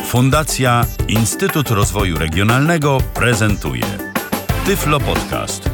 Fundacja Instytut Rozwoju Regionalnego prezentuje Tyflo Podcast.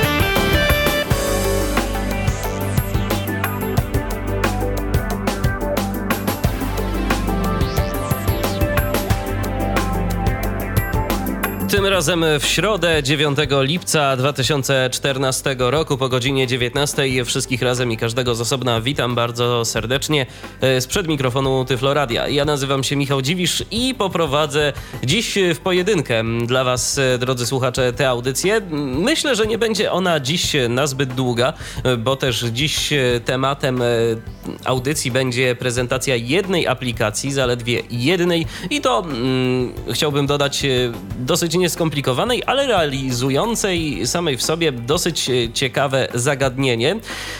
Tym razem w środę 9 lipca 2014 roku po godzinie 19. Wszystkich razem i każdego z osobna witam bardzo serdecznie sprzed mikrofonu Tyflo Radia. Ja nazywam się Michał Dziwisz i poprowadzę dziś w pojedynkę dla Was, drodzy słuchacze, tę audycję. Myślę, że nie będzie ona dziś nazbyt długa, bo też dziś tematem audycji będzie prezentacja jednej aplikacji, zaledwie jednej i to chciałbym dodać dosyć nieskomplikowanej, ale realizującej samej w sobie dosyć ciekawe zagadnienie.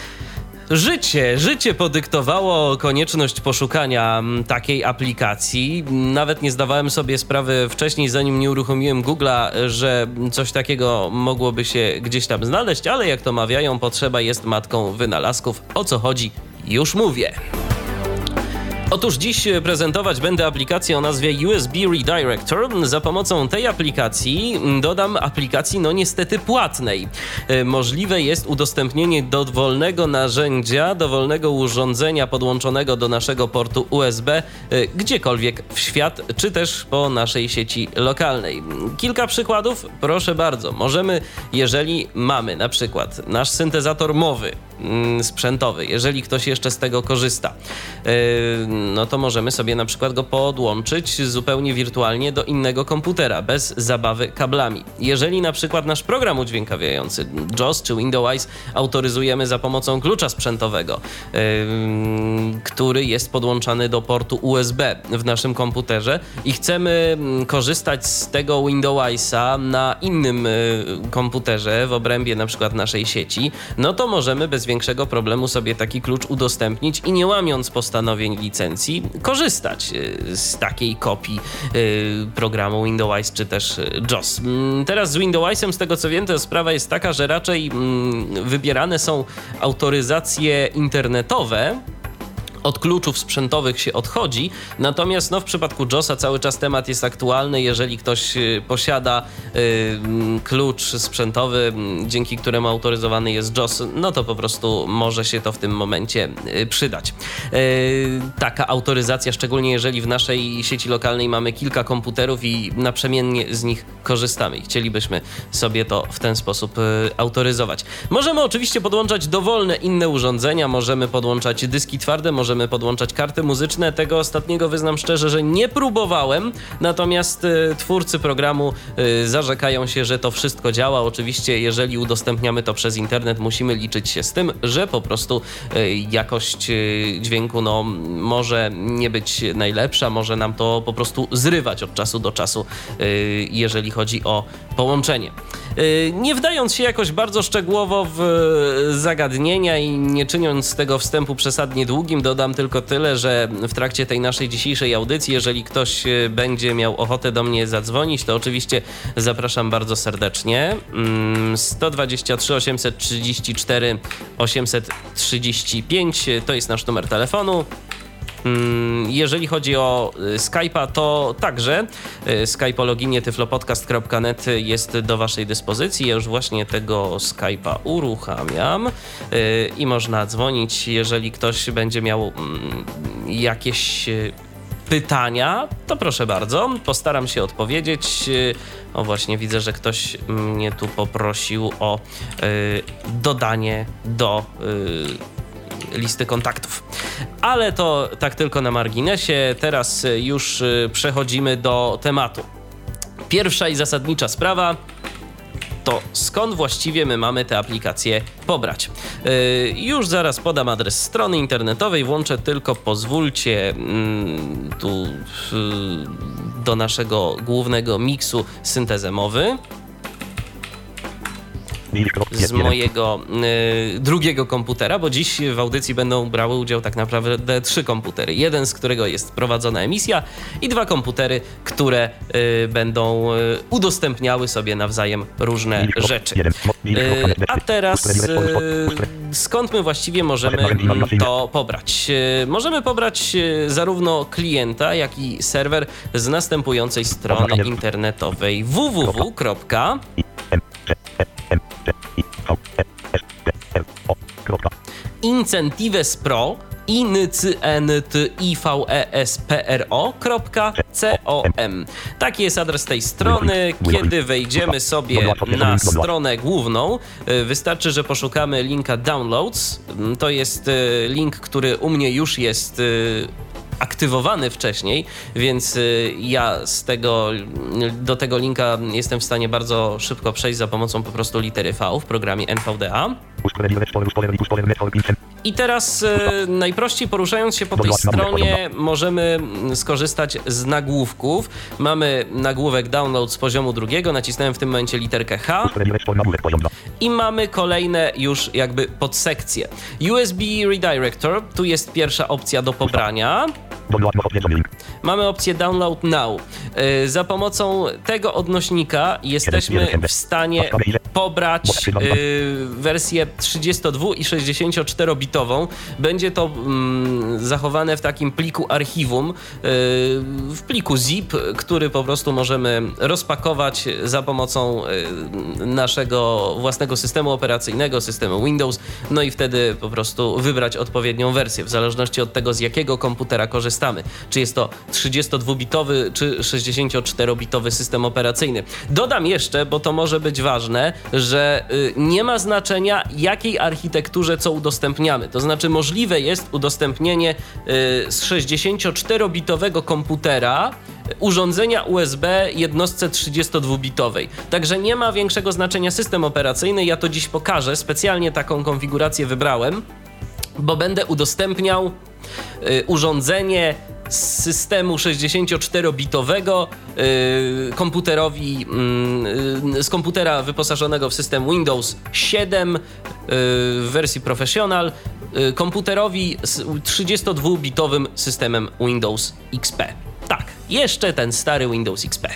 Życie podyktowało konieczność poszukania takiej aplikacji. Nawet nie zdawałem sobie sprawy wcześniej, zanim nie uruchomiłem Google'a, że coś takiego mogłoby się gdzieś tam znaleźć, ale jak to mawiają, potrzeba jest matką wynalazków. O co chodzi? Już mówię. Otóż dziś prezentować będę aplikację o nazwie USB Redirector. Za pomocą tej aplikacji dodam aplikacji niestety płatnej. Możliwe jest udostępnienie dowolnego narzędzia, dowolnego urządzenia podłączonego do naszego portu USB gdziekolwiek w świat, czy też po naszej sieci lokalnej. Kilka przykładów, proszę bardzo. Możemy, jeżeli mamy na przykład nasz syntezator mowy sprzętowy, jeżeli ktoś jeszcze z tego korzysta, no to możemy sobie na przykład go podłączyć zupełnie wirtualnie do innego komputera, bez zabawy kablami. Jeżeli na przykład nasz program udźwiękawiający JAWS czy Windows autoryzujemy za pomocą klucza sprzętowego, który jest podłączany do portu USB w naszym komputerze i chcemy korzystać z tego Windowsa na innym komputerze w obrębie na przykład naszej sieci, no to możemy bez większego problemu sobie taki klucz udostępnić i nie łamiąc postanowień licencji korzystać z takiej kopii programu Windows czy też JAWS. Teraz z Windowsem, z tego co wiem, to sprawa jest taka, że raczej wybierane są autoryzacje internetowe. Od kluczów sprzętowych się odchodzi, natomiast w przypadku JAWSa cały czas temat jest aktualny. Jeżeli ktoś posiada klucz sprzętowy, dzięki któremu autoryzowany jest JAWS, no to po prostu może się to w tym momencie przydać. Taka autoryzacja, szczególnie jeżeli w naszej sieci lokalnej mamy kilka komputerów i naprzemiennie z nich korzystamy i chcielibyśmy sobie to w ten sposób autoryzować. Możemy oczywiście podłączać dowolne inne urządzenia, możemy podłączać dyski twarde, możemy podłączać karty muzyczne. Tego ostatniego wyznam szczerze, że nie próbowałem, natomiast twórcy programu zarzekają się, że to wszystko działa. Oczywiście, jeżeli udostępniamy to przez internet, musimy liczyć się z tym, że po prostu jakość dźwięku może nie być najlepsza, może nam to po prostu zrywać od czasu do czasu, jeżeli chodzi o połączenie. Nie wdając się jakoś bardzo szczegółowo w zagadnienia i nie czyniąc tego wstępu przesadnie długim, dodam tylko tyle, że w trakcie tej naszej dzisiejszej audycji, jeżeli ktoś będzie miał ochotę do mnie zadzwonić, to oczywiście zapraszam bardzo serdecznie. 123 834 835 to jest nasz numer telefonu. Jeżeli chodzi o Skype'a, to także Skype o loginie tyflopodcast.net jest do Waszej dyspozycji. Ja już właśnie tego Skype'a uruchamiam i można dzwonić, jeżeli ktoś będzie miał jakieś pytania, to proszę bardzo, postaram się odpowiedzieć. O właśnie, widzę, że ktoś mnie tu poprosił o dodanie do listy kontaktów. Ale to tak tylko na marginesie. Teraz już przechodzimy do tematu. Pierwsza i zasadnicza sprawa to skąd właściwie my mamy tę aplikację pobrać. Już zaraz podam adres strony internetowej, włączę tylko, pozwólcie, tu do naszego głównego miksu syntezę mowy. z mojego drugiego komputera, bo dziś w audycji będą brały udział tak naprawdę 3 komputery. Jeden, z którego jest prowadzona emisja i 2 komputery, które będą udostępniały sobie nawzajem różne rzeczy. A teraz skąd my właściwie możemy to pobrać? Możemy pobrać zarówno klienta, jak i serwer z następującej strony internetowej www.incentivespro incentivespro.com. Taki jest adres tej strony. Kiedy wejdziemy sobie na stronę główną, wystarczy, że poszukamy linka Downloads. To jest link, który u mnie już jest aktywowany wcześniej, więc ja do tego linka jestem w stanie bardzo szybko przejść za pomocą po prostu litery V w programie NVDA. I teraz najprościej poruszając się po tej stronie możemy skorzystać z nagłówków. Mamy nagłówek download z poziomu 2, nacisnąłem w tym momencie literkę H i mamy kolejne już jakby podsekcje. USB Redirector, tu jest pierwsza opcja do pobrania. Mamy opcję Download Now. Za pomocą tego odnośnika jesteśmy w stanie pobrać wersję 32 i 64-bitową. Będzie to zachowane w takim pliku archiwum, w pliku zip, który po prostu możemy rozpakować za pomocą naszego własnego systemu operacyjnego, systemu Windows, no i wtedy po prostu wybrać odpowiednią wersję, w zależności od tego, z jakiego komputera korzystamy. Czy jest to 32-bitowy, czy 64-bitowy system operacyjny. Dodam jeszcze, bo to może być ważne, że nie ma znaczenia, jakiej architekturze co udostępniamy. To znaczy możliwe jest udostępnienie z 64-bitowego komputera urządzenia USB jednostce 32-bitowej. Także nie ma większego znaczenia system operacyjny. Ja to dziś pokażę. Specjalnie taką konfigurację wybrałem, bo będę udostępniał urządzenie z systemu 64-bitowego komputerowi, z komputera wyposażonego w system Windows 7 w wersji Professional, komputerowi z 32-bitowym systemem Windows XP. Tak, jeszcze ten stary Windows XP.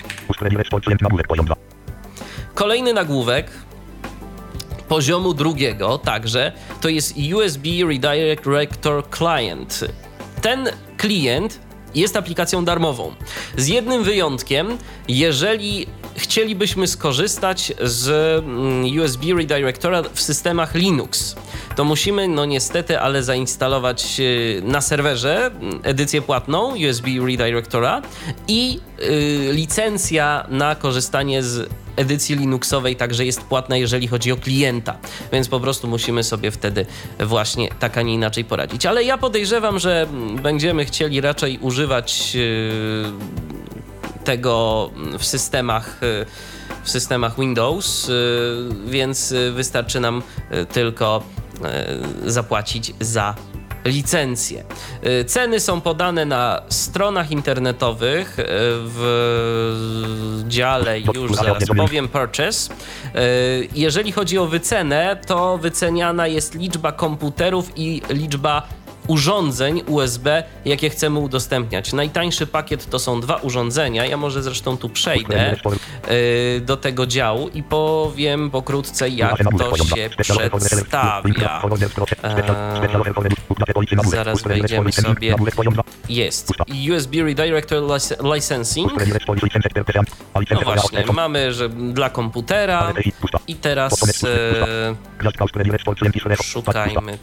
Kolejny nagłówek poziomu 2 także to jest USB Redirector Client. Ten klient jest aplikacją darmową. Z jednym wyjątkiem, jeżeli chcielibyśmy skorzystać z USB Redirectora w systemach Linux, to musimy, no niestety, ale zainstalować na serwerze edycję płatną USB Redirectora i licencja na korzystanie z edycji Linuxowej także jest płatna, jeżeli chodzi o klienta, więc po prostu musimy sobie wtedy właśnie tak, a nie inaczej poradzić. Ale ja podejrzewam, że będziemy chcieli raczej używać tego w systemach Windows, więc wystarczy nam tylko zapłacić za licencje. Ceny są podane na stronach internetowych w dziale, już zaraz powiem, Purchase. Jeżeli chodzi o wycenę, to wyceniana jest liczba komputerów i liczba urządzeń USB, jakie chcemy udostępniać. Najtańszy pakiet to są 2 urządzenia. Ja może zresztą tu przejdę do tego działu i powiem pokrótce, jak to się przedstawia. Zaraz wejdziemy sobie. Jest USB Redirector Licensing. No właśnie, mamy, że dla komputera i teraz szukajmy.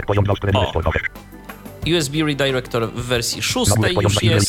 USB Redirector w wersji 6 już jest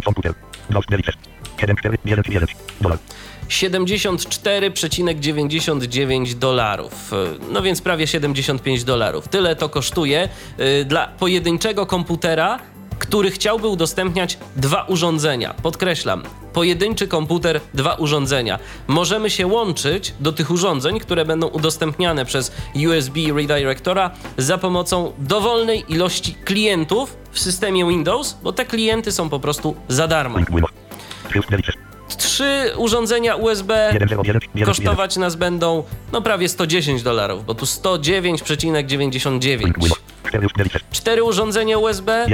$74,99. No więc prawie $75. Tyle to kosztuje dla pojedynczego komputera, który chciałby udostępniać 2 urządzenia. Podkreślam, pojedynczy komputer, 2 urządzenia. Możemy się łączyć do tych urządzeń, które będą udostępniane przez USB Redirectora za pomocą dowolnej ilości klientów w systemie Windows, bo te klienty są po prostu za darmo. 3 urządzenia USB kosztować nas będą prawie $110, bo tu 109,99. 4 urządzenia USB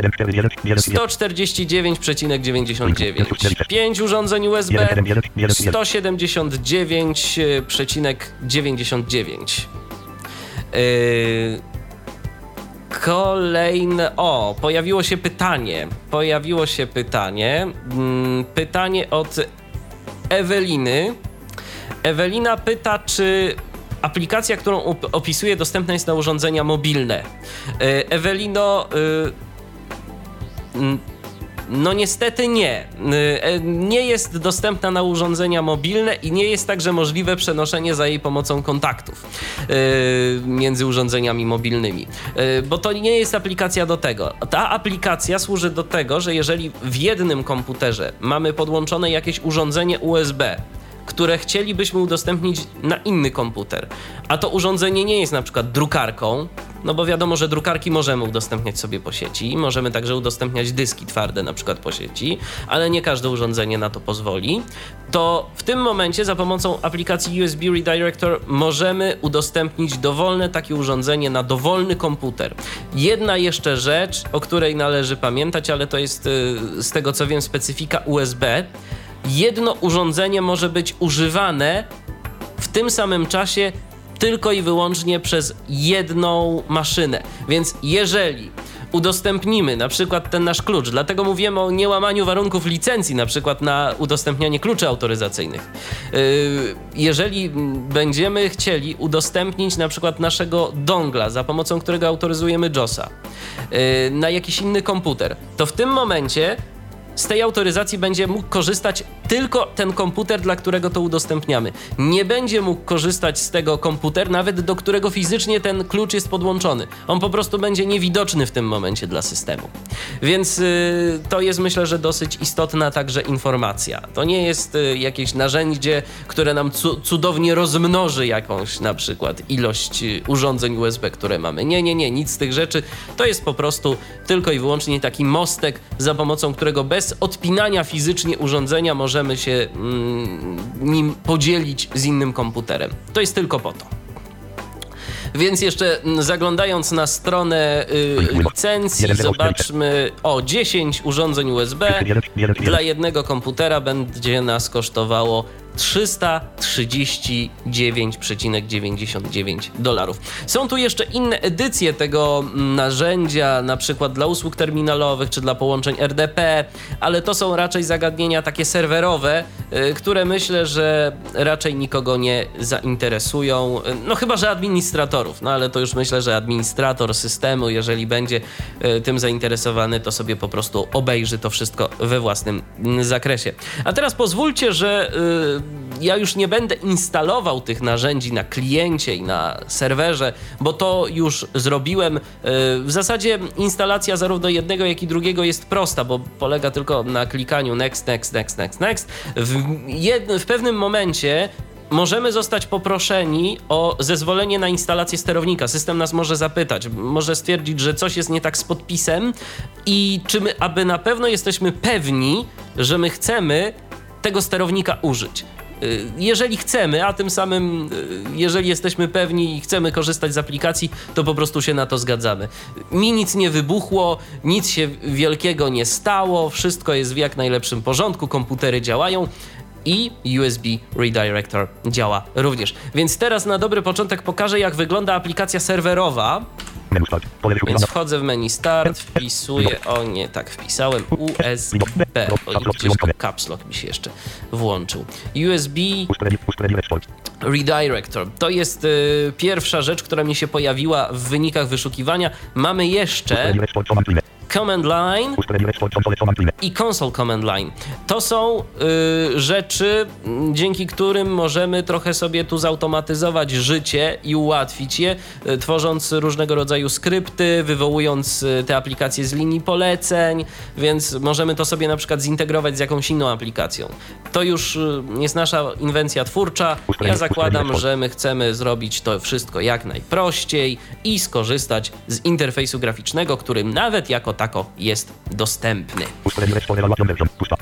149,99. 5 urządzeń USB 179,99. Kolejne... pojawiło się pytanie. Pytanie od Eweliny. Ewelina pyta, czy aplikacja, którą opisuję, dostępna jest na urządzenia mobilne. Ewelino, no niestety nie. Nie jest dostępna na urządzenia mobilne i nie jest także możliwe przenoszenie za jej pomocą kontaktów między urządzeniami mobilnymi, bo to nie jest aplikacja do tego. Ta aplikacja służy do tego, że jeżeli w jednym komputerze mamy podłączone jakieś urządzenie USB, które chcielibyśmy udostępnić na inny komputer, a to urządzenie nie jest na przykład drukarką, no bo wiadomo, że drukarki możemy udostępniać sobie po sieci, możemy także udostępniać dyski twarde na przykład po sieci, ale nie każde urządzenie na to pozwoli, to w tym momencie za pomocą aplikacji USB Redirector możemy udostępnić dowolne takie urządzenie na dowolny komputer. Jedna jeszcze rzecz, o której należy pamiętać, ale to jest z tego co wiem specyfika USB. Jedno urządzenie może być używane w tym samym czasie tylko i wyłącznie przez jedną maszynę. Więc jeżeli udostępnimy na przykład ten nasz klucz, dlatego mówimy o niełamaniu warunków licencji, na przykład na udostępnianie kluczy autoryzacyjnych. Jeżeli będziemy chcieli udostępnić na przykład naszego dongla, za pomocą którego autoryzujemy JOSa, na jakiś inny komputer, to w tym momencie z tej autoryzacji będzie mógł korzystać tylko ten komputer, dla którego to udostępniamy. Nie będzie mógł korzystać z tego komputer, nawet do którego fizycznie ten klucz jest podłączony. On po prostu będzie niewidoczny w tym momencie dla systemu. Więc to jest, myślę, że dosyć istotna także informacja. To nie jest jakieś narzędzie, które nam cudownie rozmnoży jakąś na przykład ilość urządzeń USB, które mamy. Nie, nic z tych rzeczy. To jest po prostu tylko i wyłącznie taki mostek, za pomocą którego bez odpinania fizycznie urządzenia możemy się nim podzielić z innym komputerem. To jest tylko po to. Więc jeszcze zaglądając na stronę licencji, zobaczmy, 10 urządzeń USB dla jednego komputera będzie nas kosztowało $339,99. Są tu jeszcze inne edycje tego narzędzia, na przykład dla usług terminalowych czy dla połączeń RDP, ale to są raczej zagadnienia takie serwerowe, które myślę, że raczej nikogo nie zainteresują, no chyba że administratorów, no ale to już myślę, że administrator systemu, jeżeli będzie tym zainteresowany, to sobie po prostu obejrzy to wszystko we własnym zakresie. A teraz pozwólcie, że ja już nie będę instalował tych narzędzi na kliencie i na serwerze, bo to już zrobiłem. W zasadzie instalacja zarówno jednego, jak i drugiego jest prosta, bo polega tylko na klikaniu next. W pewnym momencie możemy zostać poproszeni o zezwolenie na instalację sterownika. System nas może zapytać, może stwierdzić, że coś jest nie tak z podpisem i czy my, aby na pewno jesteśmy pewni, że my chcemy tego sterownika użyć. Jeżeli chcemy, a tym samym jeżeli jesteśmy pewni i chcemy korzystać z aplikacji, to po prostu się na to zgadzamy. Mi nic nie wybuchło, nic się wielkiego nie stało, wszystko jest w jak najlepszym porządku, komputery działają i USB Redirector działa również. Więc teraz na dobry początek pokażę, jak wygląda aplikacja serwerowa. Więc wchodzę w menu Start, wpisuję, wpisałem USB, gdzieś caps lock mi się jeszcze włączył. USB Redirector. To jest pierwsza rzecz, która mi się pojawiła w wynikach wyszukiwania. Mamy jeszcze Command Line i Console Command Line. To są rzeczy, dzięki którym możemy trochę sobie tu zautomatyzować życie i ułatwić je, tworząc różnego rodzaju skrypty, wywołując te aplikacje z linii poleceń, więc możemy to sobie na przykład zintegrować z jakąś inną aplikacją. To już jest nasza inwencja twórcza. Ja zakładam, że my chcemy zrobić to wszystko jak najprościej i skorzystać z interfejsu graficznego, który nawet jako tako jest dostępny.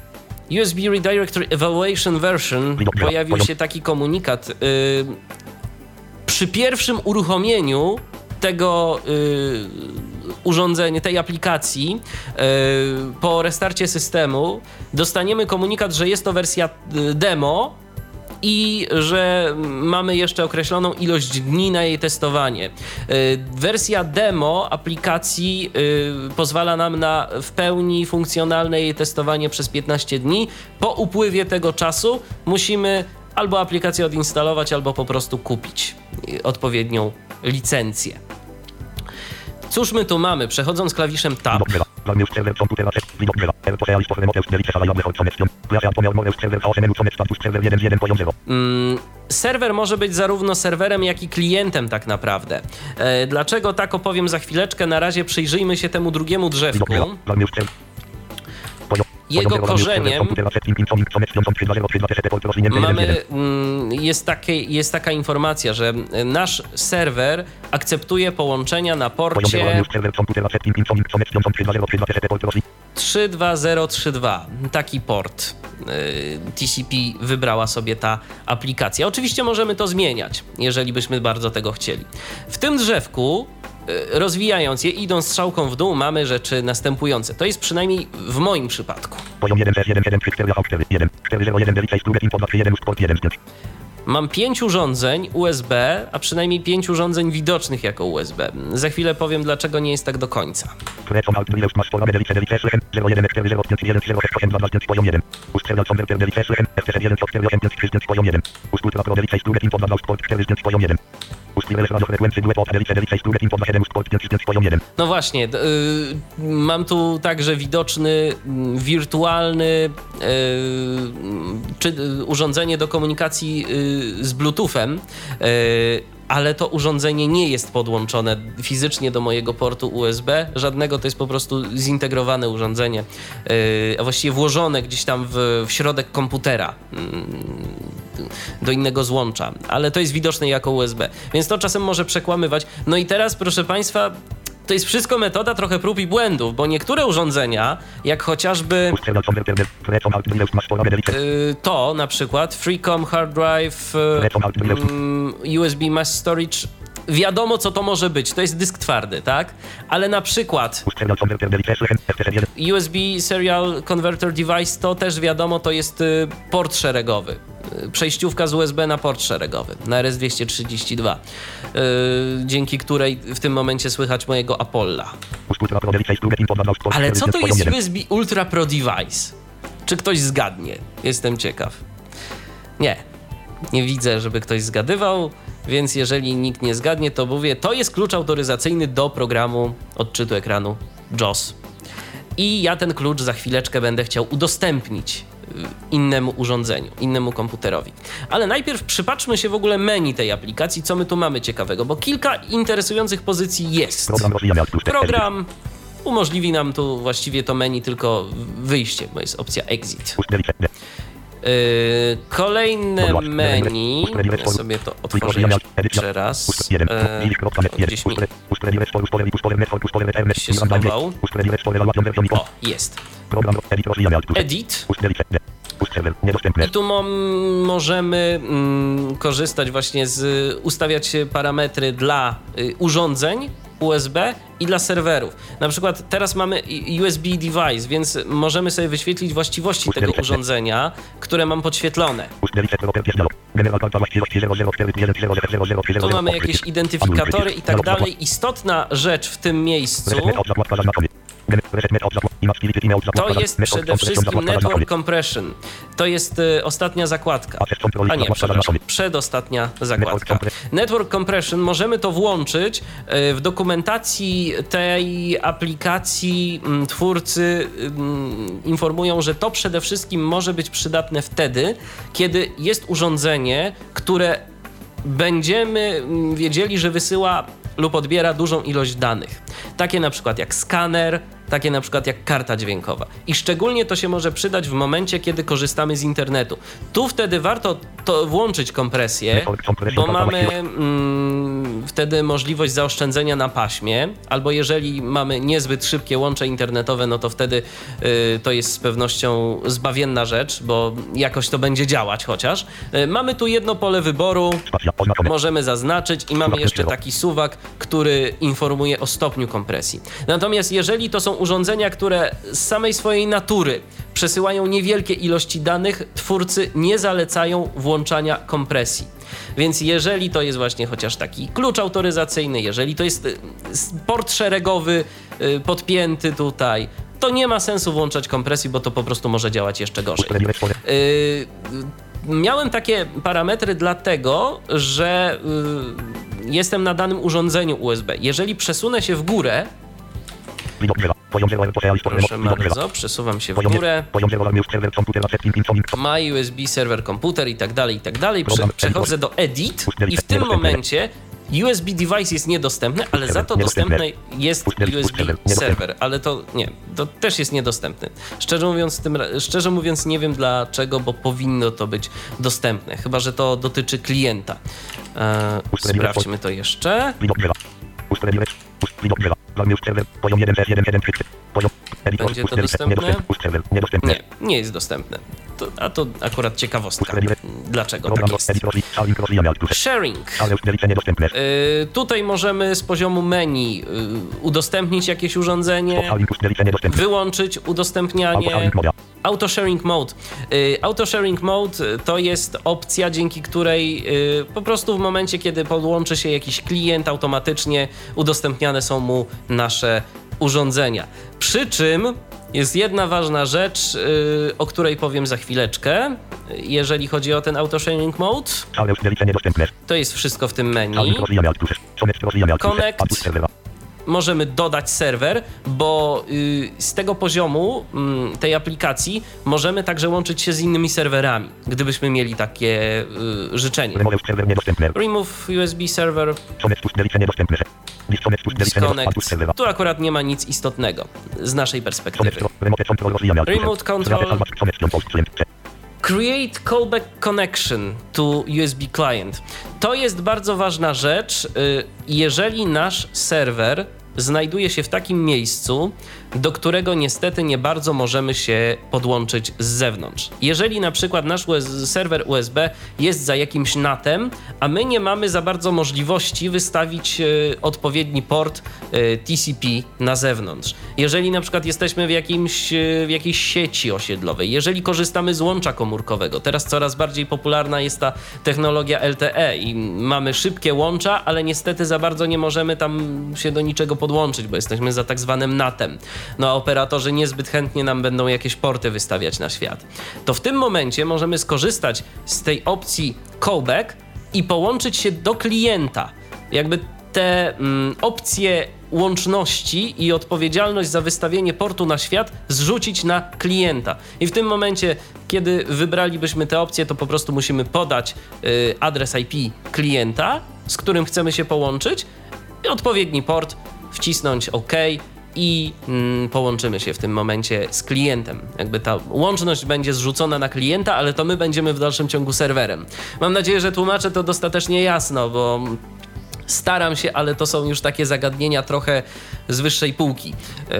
USB Redirectory Evaluation Version pojawił się taki komunikat. Przy pierwszym uruchomieniu tego urządzenia, tej aplikacji po restarcie systemu dostaniemy komunikat, że jest to wersja demo i że mamy jeszcze określoną ilość dni na jej testowanie. Wersja demo aplikacji pozwala nam na w pełni funkcjonalne jej testowanie przez 15 dni. Po upływie tego czasu musimy albo aplikację odinstalować, albo po prostu kupić odpowiednią licencję. Cóż my tu mamy? Przechodząc klawiszem Tab. Serwer może być zarówno serwerem, jak i klientem tak naprawdę. Dlaczego tak, opowiem za chwileczkę. Na razie przyjrzyjmy się temu drugiemu drzewku. Jego korzeniem jest taka informacja, że nasz serwer akceptuje połączenia na porcie 32032. Taki port TCP wybrała sobie ta aplikacja. Oczywiście możemy to zmieniać, jeżeli byśmy bardzo tego chcieli. W tym drzewku, rozwijając je, idąc strzałką w dół, mamy rzeczy następujące. To jest przynajmniej w moim przypadku. Mam 5 urządzeń USB, a przynajmniej 5 urządzeń widocznych jako USB. Za chwilę powiem, dlaczego nie jest tak do końca. No właśnie, mam tu także widoczny, wirtualny czy urządzenie do komunikacji z Bluetoothem, ale to urządzenie nie jest podłączone fizycznie do mojego portu USB, żadnego, to jest po prostu zintegrowane urządzenie, a właściwie włożone gdzieś tam w środek komputera do innego złącza, ale to jest widoczne jako USB, więc to czasem może przekłamywać. No i teraz, proszę Państwa, to jest wszystko metoda trochę prób i błędów, bo niektóre urządzenia, jak chociażby to na przykład FreeCom Hard Drive, USB Mass Storage, wiadomo co to może być, to jest dysk twardy, tak? Ale na przykład USB Serial Converter Device to też wiadomo, to jest port szeregowy. Przejściówka z USB na port szeregowy, na RS-232, dzięki której w tym momencie słychać mojego Apolla. Ale co to jest USB Ultra Pro Device? Czy ktoś zgadnie? Jestem ciekaw. Nie widzę, żeby ktoś zgadywał, więc jeżeli nikt nie zgadnie, to mówię, to jest klucz autoryzacyjny do programu odczytu ekranu JAWS. I ja ten klucz za chwileczkę będę chciał udostępnić innemu urządzeniu, innemu komputerowi. Ale najpierw przypatrzmy się w ogóle menu tej aplikacji, co my tu mamy ciekawego, bo kilka interesujących pozycji jest. Program umożliwi nam tu właściwie to menu tylko wyjście, bo jest opcja Exit. Kolejne menu, ja sobie to otworzę jeszcze raz, gdzieś mi się schował. O, jest. Edit. I tu możemy korzystać właśnie ustawiać parametry dla urządzeń USB i dla serwerów. Na przykład teraz mamy USB device, więc możemy sobie wyświetlić właściwości tego urządzenia, które mam podświetlone. Tu mamy jakieś identyfikatory i tak dalej. Istotna rzecz w tym miejscu to jest przede wszystkim Network Compression. To jest ostatnia zakładka. A nie, przepraszam, przedostatnia zakładka. Network Compression, możemy to włączyć w dokumentacji tej aplikacji. Twórcy informują, że to przede wszystkim może być przydatne wtedy, kiedy jest urządzenie, które będziemy wiedzieli, że wysyła lub odbiera dużą ilość danych. Takie na przykład jak skaner, takie na przykład jak karta dźwiękowa. I szczególnie to się może przydać w momencie, kiedy korzystamy z internetu. Tu wtedy warto to włączyć kompresję, bo mamy wtedy możliwość zaoszczędzenia na paśmie, albo jeżeli mamy niezbyt szybkie łącze internetowe, no to wtedy to jest z pewnością zbawienna rzecz, bo jakoś to będzie działać chociaż. Mamy tu jedno pole wyboru, możemy zaznaczyć i mamy jeszcze taki suwak, który informuje o stopniu kompresji. Natomiast jeżeli to są urządzenia, które z samej swojej natury przesyłają niewielkie ilości danych, twórcy nie zalecają włączania kompresji. Więc jeżeli to jest właśnie chociaż taki klucz autoryzacyjny, jeżeli to jest port szeregowy podpięty tutaj, to nie ma sensu włączać kompresji, bo to po prostu może działać jeszcze gorzej. Miałem takie parametry dlatego, że jestem na danym urządzeniu USB. Jeżeli przesunę się w górę, proszę bardzo, przesuwam się w górę, My USB server komputer i tak dalej, przechodzę do Edit i w tym momencie USB device jest niedostępny, ale za to dostępny jest USB server, ale to nie, to też jest niedostępny. Szczerze mówiąc nie wiem dlaczego, bo powinno to być dostępne, chyba że to dotyczy klienta. Sprawdźmy to jeszcze. Będzie to dostępne? Nie jest dostępne. A to akurat ciekawostka. Dlaczego tak jest? Sharing. Tutaj możemy z poziomu menu udostępnić jakieś urządzenie, wyłączyć udostępnianie. Auto Sharing Mode. Auto Sharing Mode to jest opcja, dzięki której po prostu w momencie, kiedy podłączy się jakiś klient, automatycznie udostępniane są mu nasze urządzenia. Przy czym jest jedna ważna rzecz, o której powiem za chwileczkę. Jeżeli chodzi o ten Auto Sharing Mode, to jest wszystko w tym menu. Connect. Możemy dodać serwer, bo z tego poziomu tej aplikacji możemy także łączyć się z innymi serwerami, gdybyśmy mieli takie życzenie. Remove USB server. Disconnect. Tu akurat nie ma nic istotnego z naszej perspektywy. Remote control. Create callback connection to USB client. To jest bardzo ważna rzecz, jeżeli nasz serwer znajduje się w takim miejscu, do którego niestety nie bardzo możemy się podłączyć z zewnątrz. Jeżeli na przykład nasz serwer USB jest za jakimś NAT-em, a my nie mamy za bardzo możliwości wystawić odpowiedni port TCP na zewnątrz. Jeżeli na przykład jesteśmy w jakiejś sieci osiedlowej, jeżeli korzystamy z łącza komórkowego, teraz coraz bardziej popularna jest ta technologia LTE i mamy szybkie łącza, ale niestety za bardzo nie możemy tam się do niczego podłączyć, bo jesteśmy za tak zwanym NAT-em. No a operatorzy niezbyt chętnie nam będą jakieś porty wystawiać na świat. To w tym momencie możemy skorzystać z tej opcji callback i połączyć się do klienta. Jakby te opcje łączności i odpowiedzialność za wystawienie portu na świat zrzucić na klienta. I w tym momencie, kiedy wybralibyśmy tę opcję, to po prostu musimy podać adres IP klienta, z którym chcemy się połączyć, i odpowiedni port, wcisnąć OK i połączymy się w tym momencie z klientem. Jakby ta łączność będzie zrzucona na klienta, ale to my będziemy w dalszym ciągu serwerem. Mam nadzieję, że tłumaczę to dostatecznie jasno, bo staram się, ale to są już takie zagadnienia trochę z wyższej półki.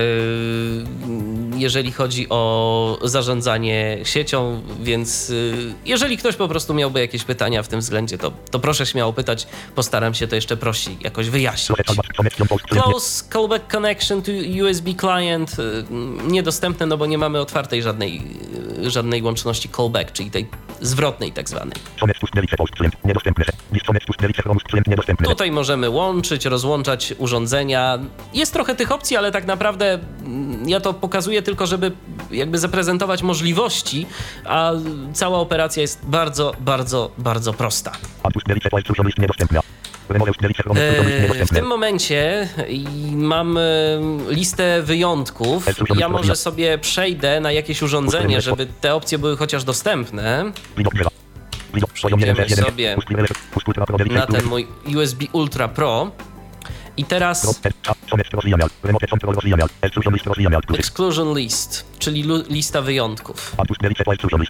Jeżeli chodzi o zarządzanie siecią, więc jeżeli ktoś po prostu miałby jakieś pytania w tym względzie, to proszę śmiało pytać. Postaram się to jeszcze prościej jakoś wyjaśnić. Close callback connection to USB client niedostępne, no bo nie mamy otwartej żadnej łączności callback, czyli tej zwrotnej tak zwanej. Tutaj możemy łączyć, rozłączać urządzenia. Jest trochę tych opcji, ale tak naprawdę ja to pokazuję tylko, żeby jakby zaprezentować możliwości, a cała operacja jest bardzo, bardzo, bardzo prosta. W tym momencie mam listę wyjątków. Ja może sobie przejdę na jakieś urządzenie, żeby te opcje były chociaż dostępne. Przejdziemy sobie na ten mój USB Ultra Pro. I teraz Exclusion List, czyli lista wyjątków.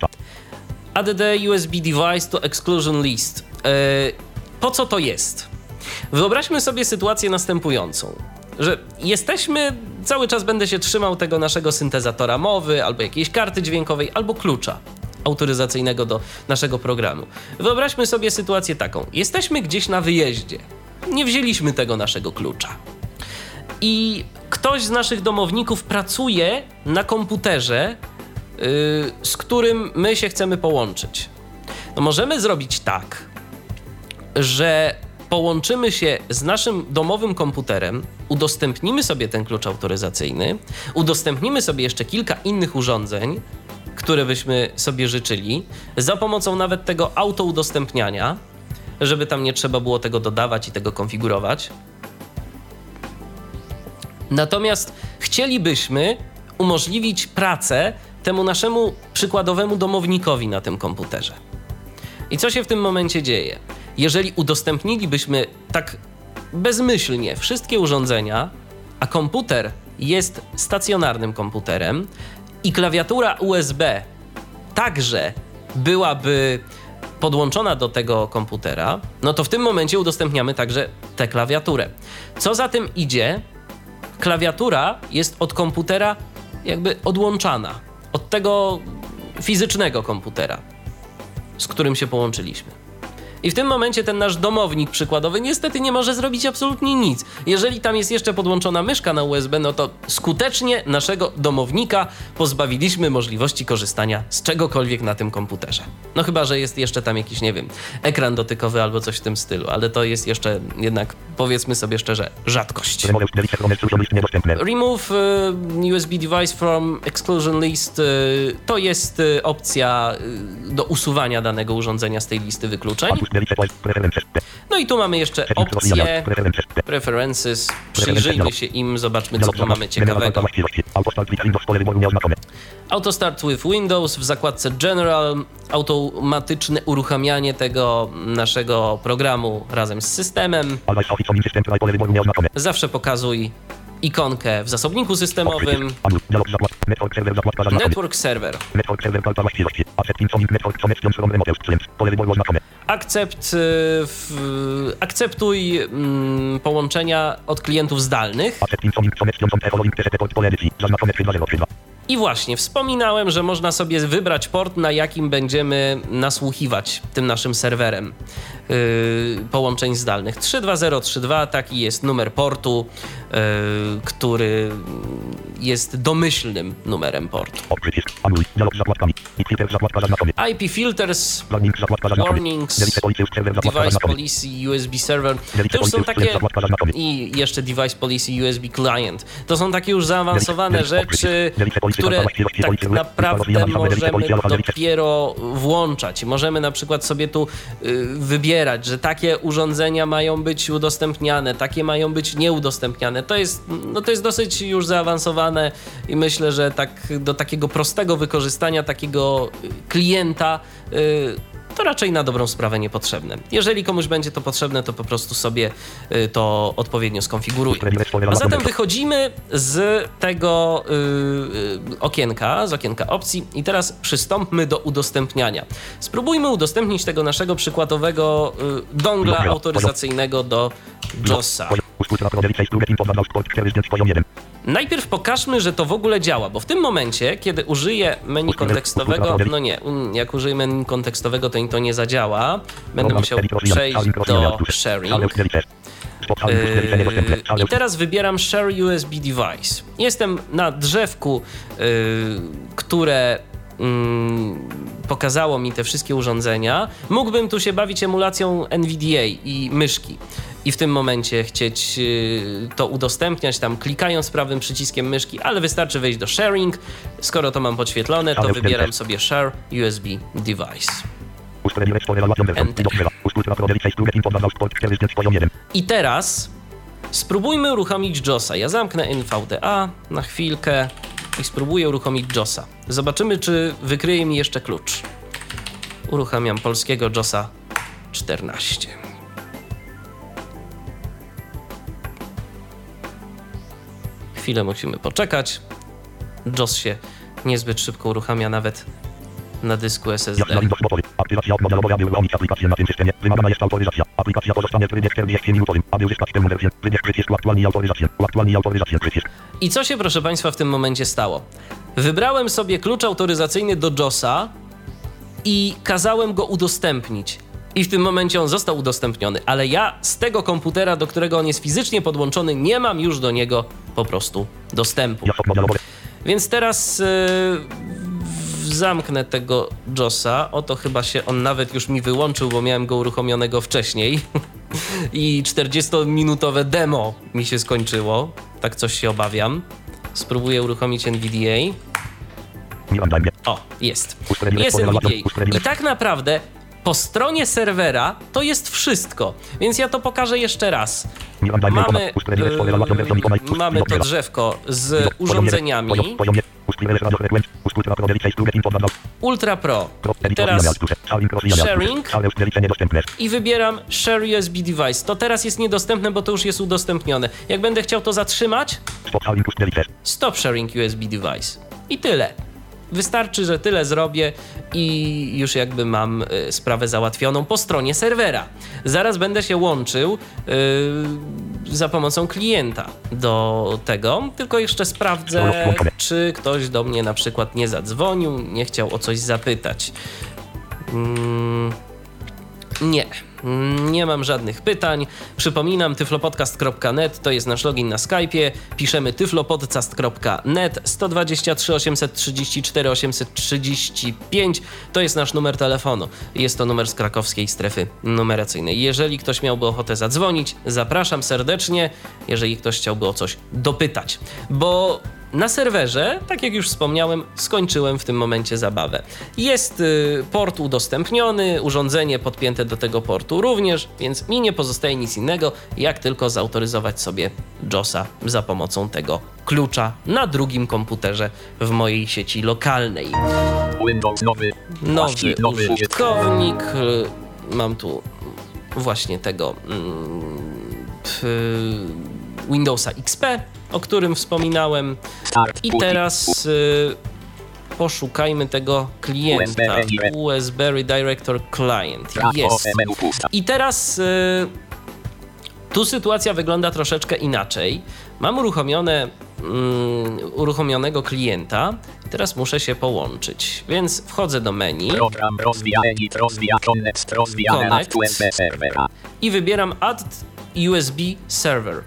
Add the USB device to Exclusion List. Po co to jest? Wyobraźmy sobie sytuację następującą, że cały czas będę się trzymał tego naszego syntezatora mowy, albo jakiejś karty dźwiękowej, albo klucza autoryzacyjnego do naszego programu. Wyobraźmy sobie sytuację taką. Jesteśmy gdzieś na wyjeździe. Nie wzięliśmy tego naszego klucza. I ktoś z naszych domowników pracuje na komputerze, z którym my się chcemy połączyć. No możemy zrobić tak, że połączymy się z naszym domowym komputerem, udostępnimy sobie ten klucz autoryzacyjny, udostępnimy sobie jeszcze kilka innych urządzeń, które byśmy sobie życzyli, za pomocą nawet tego autoudostępniania, żeby tam nie trzeba było tego dodawać i tego konfigurować. Natomiast chcielibyśmy umożliwić pracę temu naszemu przykładowemu domownikowi na tym komputerze. I co się w tym momencie dzieje? Jeżeli udostępnilibyśmy tak bezmyślnie wszystkie urządzenia, a komputer jest stacjonarnym komputerem i klawiatura USB także byłaby podłączona do tego komputera, no to w tym momencie udostępniamy także tę klawiaturę. Co za tym idzie, klawiatura jest od komputera jakby odłączana, od tego fizycznego komputera, z którym się połączyliśmy. I w tym momencie ten nasz domownik przykładowy niestety nie może zrobić absolutnie nic. Jeżeli tam jest jeszcze podłączona myszka na USB, no to skutecznie naszego domownika pozbawiliśmy możliwości korzystania z czegokolwiek na tym komputerze. No chyba że jest jeszcze tam jakiś, nie wiem, ekran dotykowy albo coś w tym stylu, ale to jest jeszcze jednak, powiedzmy sobie szczerze, rzadkość. Remove USB device from exclusion list to jest opcja do usuwania danego urządzenia z tej listy wykluczeń. No i tu mamy jeszcze opcje Preferences. Przyjrzyjmy się im, zobaczmy, co tu mamy ciekawego. Auto Start with Windows w zakładce General, automatyczne uruchamianie tego naszego programu razem z systemem. Zawsze pokazuj ikonkę w zasobniku systemowym. Network server. Akceptuj połączenia od klientów zdalnych. I właśnie, wspominałem, że można sobie wybrać port, na jakim będziemy nasłuchiwać tym naszym serwerem połączeń zdalnych. 32032, taki jest numer portu, który jest domyślnym numerem portu. IP filters, warnings, device policy, USB server, to już są takie, i jeszcze device policy, USB client. To są takie już zaawansowane rzeczy, które tak naprawdę możemy dopiero włączać. Możemy na przykład sobie tu wybierać, że takie urządzenia mają być udostępniane, takie mają być nieudostępniane. To jest dosyć już zaawansowane i myślę, że tak do takiego prostego wykorzystania takiego klienta to raczej na dobrą sprawę niepotrzebne. Jeżeli komuś będzie to potrzebne, to po prostu sobie to odpowiednio skonfiguruje. A zatem wychodzimy z tego okienka opcji i teraz przystąpmy do udostępniania. Spróbujmy udostępnić tego naszego przykładowego dongla autoryzacyjnego do JOSa. Najpierw pokażmy, że to w ogóle działa, bo w tym momencie, kiedy użyję menu kontekstowego, jak użyję menu kontekstowego, to nie zadziała. Będę musiał przejść do sharing. I teraz wybieram Share USB Device. Jestem na drzewku, które pokazało mi te wszystkie urządzenia. Mógłbym tu się bawić emulacją NVDA i myszki i w tym momencie chcieć to udostępniać tam klikając prawym przyciskiem myszki, ale wystarczy wejść do Sharing. Skoro to mam podświetlone, to wybieram sobie Share USB Device. Enter. I teraz spróbujmy uruchomić JOSa. Ja zamknę NVDA na chwilkę i spróbuję uruchomić JOSa. Zobaczymy, czy wykryje mi jeszcze klucz. Uruchamiam polskiego JOSa 14. Chwilę musimy poczekać. JOS się niezbyt szybko uruchamia, nawet na dysku SSD. Aktywacja modelowa, aby uruchomić aplikację na tym systemie. Wymagana jest autoryzacja. Aplikacja pozostanie w trybie 40-minutowym. Aby uzyskać tę wersję, wybierz przycisk uaktualnij autoryzację. Uaktualnij autoryzację przycisk. I co się, proszę Państwa, w tym momencie stało? Wybrałem sobie klucz autoryzacyjny do JOS-a i kazałem go udostępnić. I w tym momencie on został udostępniony, ale ja z tego komputera, do którego on jest fizycznie podłączony, nie mam już do niego po prostu dostępu. Więc teraz zamknę tego JOS-a. Oto chyba się on nawet już mi wyłączył, bo miałem go uruchomionego wcześniej. I 40-minutowe demo mi się skończyło. Tak coś się obawiam. Spróbuję uruchomić NVDA. O, jest. Jest NVDA. I tak naprawdę po stronie serwera to jest wszystko. Więc ja to pokażę jeszcze raz. Mamy to drzewko z urządzeniami. Ultra Pro. Teraz sharing i wybieram Share USB Device. To teraz jest niedostępne, bo to już jest udostępnione. Jak będę chciał to zatrzymać, Stop Sharing USB Device. I tyle. Wystarczy, że tyle zrobię i już jakby mam sprawę załatwioną po stronie serwera. Zaraz będę się łączył za pomocą klienta do tego, tylko jeszcze sprawdzę, czy ktoś do mnie na przykład nie zadzwonił, nie chciał o coś zapytać. Nie mam żadnych pytań. Przypominam, tyflopodcast.net to jest nasz login na Skype'ie. Piszemy tyflopodcast.net 123 834 835. To jest nasz numer telefonu. Jest to numer z krakowskiej strefy numeracyjnej. Jeżeli ktoś miałby ochotę zadzwonić, zapraszam serdecznie. Jeżeli ktoś chciałby o coś dopytać. Bo na serwerze, tak jak już wspomniałem, skończyłem w tym momencie zabawę. Jest port udostępniony, urządzenie podpięte do tego portu również, więc mi nie pozostaje nic innego, jak tylko zautoryzować sobie JOS-a za pomocą tego klucza na drugim komputerze w mojej sieci lokalnej. Windows Nowy użytkownik. Mam tu właśnie tego Windowsa XP, o którym wspominałem. I teraz poszukajmy tego klienta. USB Redirector Client. Jest. I teraz tu sytuacja wygląda troszeczkę inaczej. Mam uruchomionego klienta i teraz muszę się połączyć. Więc wchodzę do menu. Program Connect USB serwera. I wybieram Add USB Server.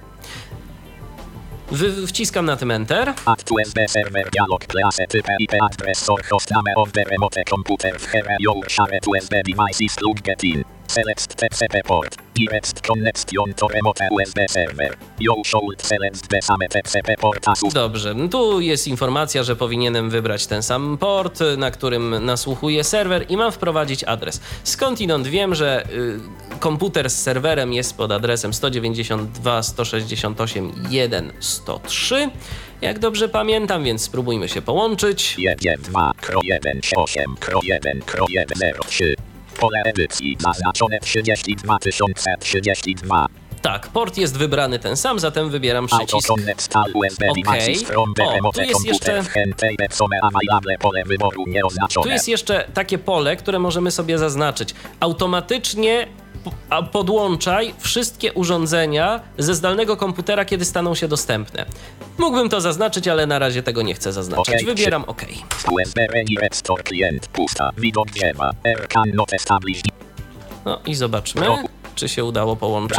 Wciskam na tym Enter. Add USB server dialog class typ IP address or host name of the remote computer here your shared USB devices log get in. Select TCP port. Direct connection to remote USB server. You should select the same TCP port as. Dobrze, tu jest informacja, że powinienem wybrać ten sam port, na którym nasłuchuje serwer i mam wprowadzić adres. Skądinąd wiem, że komputer z serwerem jest pod adresem 192.168.1.103. Jak dobrze pamiętam, więc spróbujmy się połączyć. 1.2.1.1.1.03. Pole edycji zaznaczone 32032. Tak, port jest wybrany ten sam, zatem wybieram przycisk OK. O, tu jest jeszcze... Tu jest jeszcze takie pole, które możemy sobie zaznaczyć. Automatycznie podłączaj wszystkie urządzenia ze zdalnego komputera, kiedy staną się dostępne. Mógłbym to zaznaczyć, ale na razie tego nie chcę zaznaczyć. Wybieram OK. No i zobaczmy, czy się udało połączyć.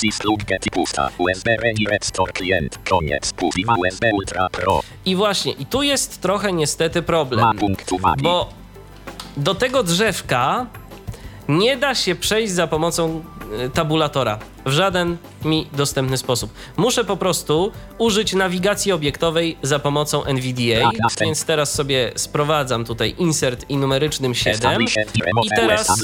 I właśnie, i tu jest trochę niestety problem, bo do tego drzewka nie da się przejść za pomocą tabulatora w żaden mi dostępny sposób. Muszę po prostu użyć nawigacji obiektowej za pomocą NVDA, więc teraz sobie sprowadzam tutaj insert i numerycznym 7 i teraz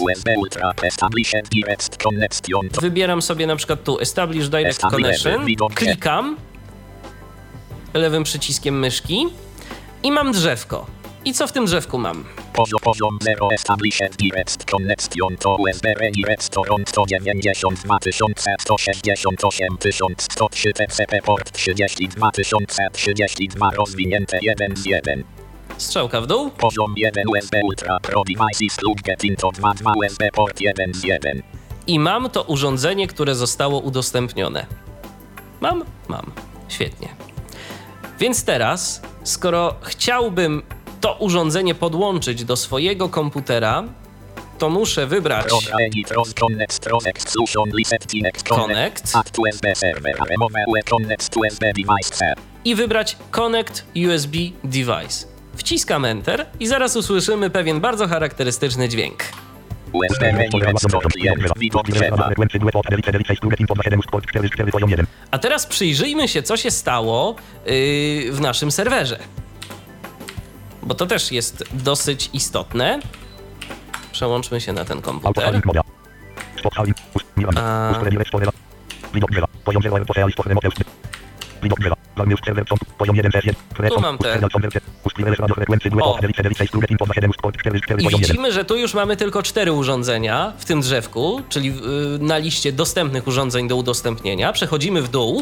wybieram sobie na przykład tu Establish Direct Connection, klikam lewym przyciskiem myszki i mam drzewko. I co w tym drzewku mam? Poziom 0 established direct connection to USB restaurant 192.168.103 TCP port 32132 rozwinięte 1 z 1. Strzałka w dół. Poziom 1 USB Ultra Pro Devices lub Getting to 2 USB port 1 z 1. I mam to urządzenie, które zostało udostępnione. Mam? Mam. Świetnie. Więc teraz, skoro chciałbym to urządzenie podłączyć do swojego komputera, to muszę wybrać Connect i wybrać Connect USB Device. Wciskam Enter i zaraz usłyszymy pewien bardzo charakterystyczny dźwięk. A teraz przyjrzyjmy się, co się stało w naszym serwerze. Bo to też jest dosyć istotne. Przełączmy się na ten komputer. Tu mam te... O. I widzimy, że tu już mamy tylko 4 urządzenia w tym drzewku, czyli na liście dostępnych urządzeń do udostępnienia. Przechodzimy w dół.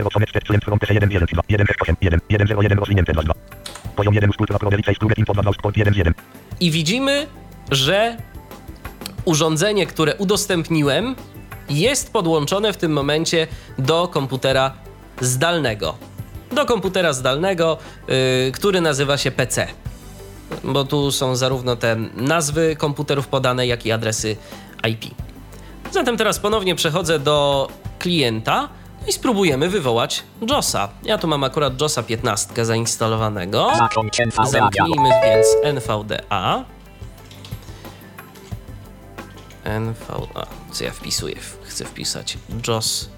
I widzimy, że urządzenie, które udostępniłem, jest podłączone w tym momencie do komputera zdalnego. Do komputera zdalnego, który nazywa się PC. Bo tu są zarówno te nazwy komputerów podane, jak i adresy IP. Zatem teraz ponownie przechodzę do klienta i spróbujemy wywołać JOS-a. Ja tu mam akurat JOS-a 15 zainstalowanego. Zamknijmy więc NVDA. NVDA. Co ja wpisuję? Chcę wpisać JOS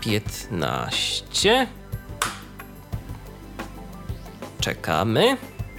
15. Czekamy.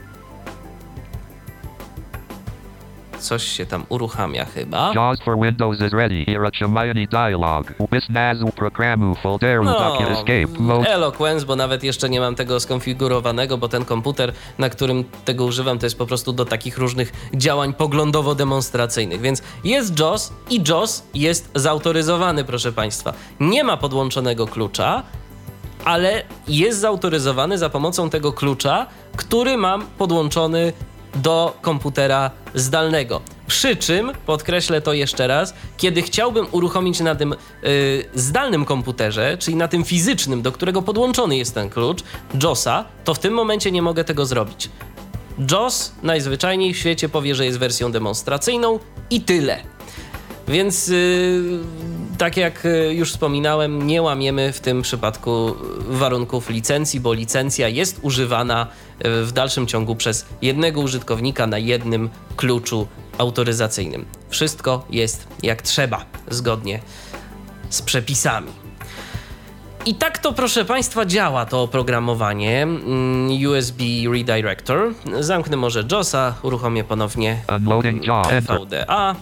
Coś się tam uruchamia chyba. JAWS for Windows is ready. Irachamayani dialog. Bis nazw programu folderu docket escape mode. Eloquence, bo nawet jeszcze nie mam tego skonfigurowanego, bo ten komputer, na którym tego używam, to jest po prostu do takich różnych działań poglądowo-demonstracyjnych. Więc jest JOS i JOS jest zautoryzowany, proszę Państwa. Nie ma podłączonego klucza, ale jest zautoryzowany za pomocą tego klucza, który mam podłączony do komputera zdalnego. Przy czym, podkreślę to jeszcze raz, kiedy chciałbym uruchomić na tym zdalnym komputerze, czyli na tym fizycznym, do którego podłączony jest ten klucz, JOS-a, to w tym momencie nie mogę tego zrobić. JOS najzwyczajniej w świecie powie, że jest wersją demonstracyjną i tyle. Więc tak jak już wspominałem, nie łamiemy w tym przypadku warunków licencji, bo licencja jest używana w dalszym ciągu przez jednego użytkownika na jednym kluczu autoryzacyjnym. Wszystko jest jak trzeba, zgodnie z przepisami. I tak to, proszę Państwa, działa to oprogramowanie USB Redirector. Zamknę może JOS-a, uruchomię ponownie NVDA.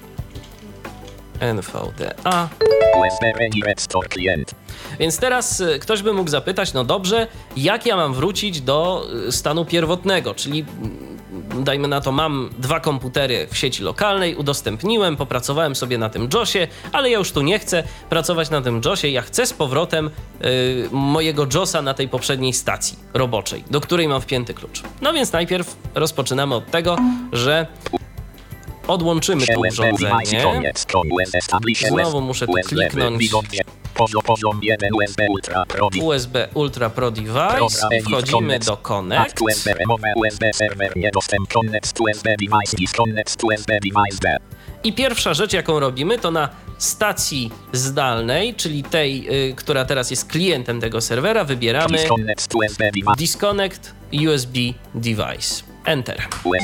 NVDA. Więc teraz ktoś by mógł zapytać, no dobrze, jak ja mam wrócić do stanu pierwotnego, czyli dajmy na to, mam 2 komputery w sieci lokalnej, udostępniłem, popracowałem sobie na tym JOS-ie, ale ja już tu nie chcę pracować na tym JOS-ie, ja chcę z powrotem mojego JOS-a na tej poprzedniej stacji roboczej, do której mam wpięty klucz. No więc najpierw rozpoczynamy od tego, że odłączymy to urządzenie. Znowu muszę tu kliknąć USB Ultra Pro Device. Wchodzimy do Connect. I pierwsza rzecz, jaką robimy, to na stacji zdalnej, czyli tej, która teraz jest klientem tego serwera, wybieramy Disconnect USB Device. Enter.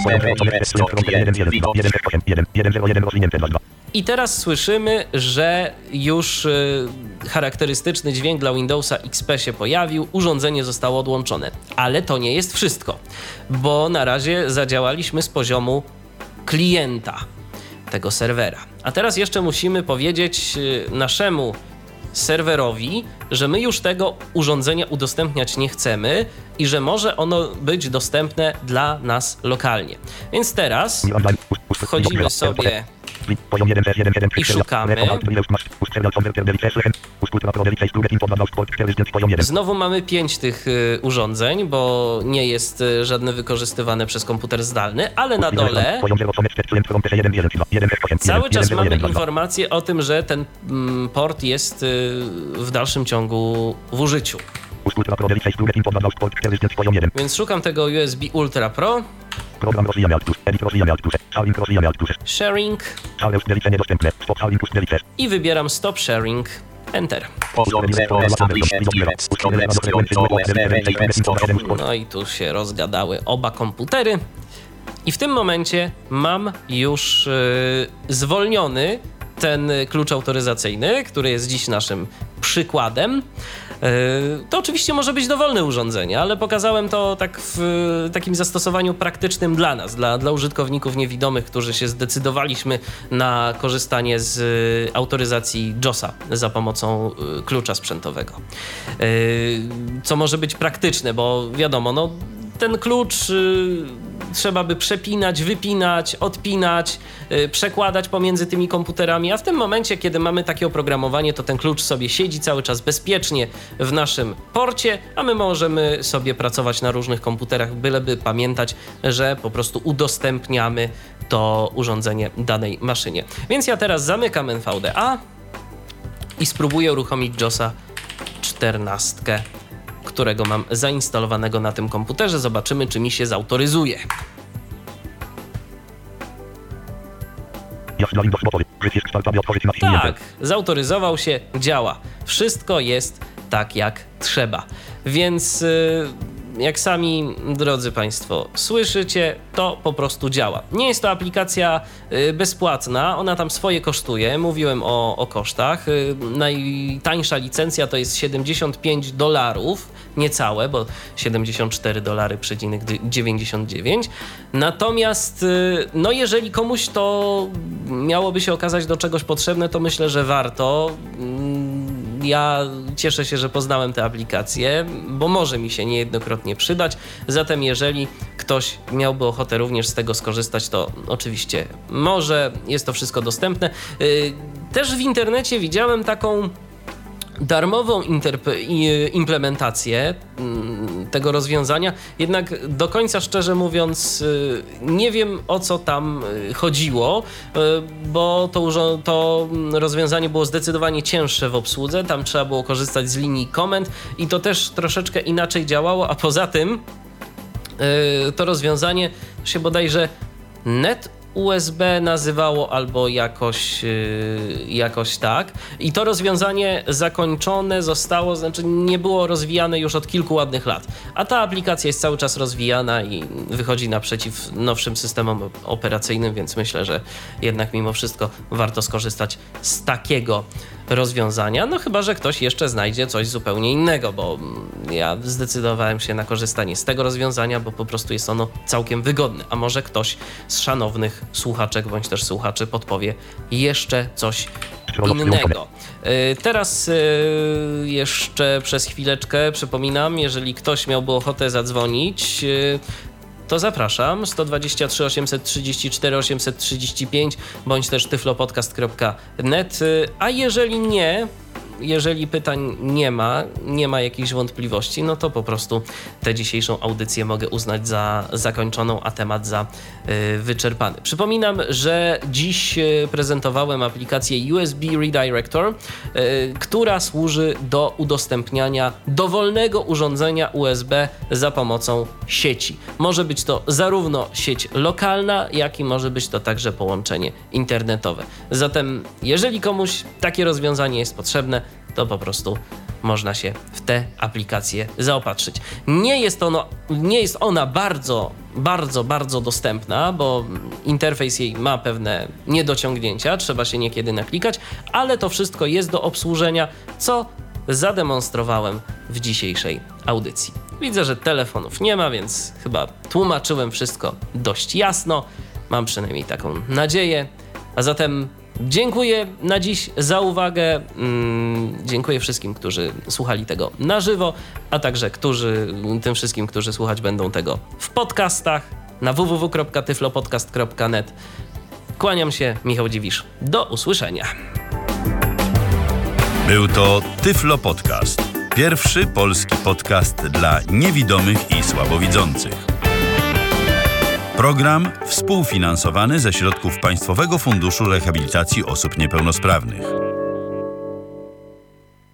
I teraz słyszymy, że już charakterystyczny dźwięk dla Windowsa XP się pojawił, urządzenie zostało odłączone. Ale to nie jest wszystko, bo na razie zadziałaliśmy z poziomu klienta tego serwera. A teraz jeszcze musimy powiedzieć naszemu serwerowi, że my już tego urządzenia udostępniać nie chcemy i że może ono być dostępne dla nas lokalnie. Więc teraz wchodzimy sobie I szukamy. Znowu mamy 5 tych urządzeń, bo nie jest żadne wykorzystywane przez komputer zdalny, ale na dole cały czas mamy informację o tym, że ten port jest w dalszym ciągu w użyciu. Więc szukam tego USB Ultra Pro. Program rozwijania plus, edit rozwijania plus, sharing rozwijania plus. Sharing. Zaliczenie dostępne, stop sharing plus delice. I wybieram stop sharing. Enter. No i tu się rozgadały oba komputery. I w tym momencie mam już zwolniony ten klucz autoryzacyjny, który jest dziś naszym przykładem. To oczywiście może być dowolne urządzenie, ale pokazałem to tak w takim zastosowaniu praktycznym dla nas, dla użytkowników niewidomych, którzy się zdecydowaliśmy na korzystanie z autoryzacji JOS-a za pomocą klucza sprzętowego. Co może być praktyczne, bo wiadomo, no ten klucz trzeba by przepinać, wypinać, odpinać, przekładać pomiędzy tymi komputerami, a w tym momencie, kiedy mamy takie oprogramowanie, to ten klucz sobie siedzi cały czas bezpiecznie w naszym porcie, a my możemy sobie pracować na różnych komputerach, byleby pamiętać, że po prostu udostępniamy to urządzenie danej maszynie. Więc ja teraz zamykam NVDA i spróbuję uruchomić JOS-a 14, którego mam zainstalowanego na tym komputerze. Zobaczymy, czy mi się zautoryzuje. Tak, zautoryzował się, działa. Wszystko jest tak, jak trzeba. Więc jak sami, drodzy Państwo, słyszycie, to po prostu działa. Nie jest to aplikacja bezpłatna, ona tam swoje kosztuje. Mówiłem o kosztach. Najtańsza licencja to jest $75, niecałe, bo $74,99. Natomiast, no jeżeli komuś to miałoby się okazać do czegoś potrzebne, to myślę, że warto. Ja cieszę się, że poznałem tę aplikację, bo może mi się niejednokrotnie przydać. Zatem jeżeli ktoś miałby ochotę również z tego skorzystać, to oczywiście może. Jest to wszystko dostępne. Też w internecie widziałem taką darmową implementację tego rozwiązania, jednak do końca szczerze mówiąc nie wiem, o co tam chodziło, bo to rozwiązanie było zdecydowanie cięższe w obsłudze, tam trzeba było korzystać z linii komend i to też troszeczkę inaczej działało, a poza tym to rozwiązanie się bodajże NetUSB nazywało albo jakoś tak. I to rozwiązanie zakończone zostało, znaczy nie było rozwijane już od kilku ładnych lat. A ta aplikacja jest cały czas rozwijana i wychodzi naprzeciw nowszym systemom operacyjnym, więc myślę, że jednak mimo wszystko warto skorzystać z takiego rozwiązania. No chyba że ktoś jeszcze znajdzie coś zupełnie innego, bo ja zdecydowałem się na korzystanie z tego rozwiązania, bo po prostu jest ono całkiem wygodne. A może ktoś z szanownych słuchaczek bądź też słuchaczy podpowie jeszcze coś innego. Teraz jeszcze przez chwileczkę przypominam, jeżeli ktoś miałby ochotę zadzwonić, to zapraszam 123 834 835 bądź też tyflopodcast.net, a jeżeli pytań nie ma jakichś wątpliwości, no to po prostu tę dzisiejszą audycję mogę uznać za zakończoną, a temat za wyczerpany. Przypominam, że dziś prezentowałem aplikację USB Redirector, która służy do udostępniania dowolnego urządzenia USB za pomocą sieci. Może być to zarówno sieć lokalna, jak i może być to także połączenie internetowe. Zatem jeżeli komuś takie rozwiązanie jest potrzebne, to po prostu można się w tę aplikację zaopatrzyć. Nie jest ona bardzo dostępna, bo interfejs jej ma pewne niedociągnięcia, trzeba się niekiedy naklikać, ale to wszystko jest do obsłużenia, co zademonstrowałem w dzisiejszej audycji. Widzę, że telefonów nie ma, więc chyba tłumaczyłem wszystko dość jasno. Mam przynajmniej taką nadzieję. A zatem dziękuję na dziś za uwagę. Dziękuję wszystkim, którzy słuchali tego na żywo, a także tym wszystkim, którzy słuchać będą tego w podcastach na www.tyflopodcast.net. Kłaniam się, Michał Dziwisz. Do usłyszenia. Był to Tyflo Podcast. Pierwszy polski podcast dla niewidomych i słabowidzących. Program współfinansowany ze środków Państwowego Funduszu Rehabilitacji Osób Niepełnosprawnych.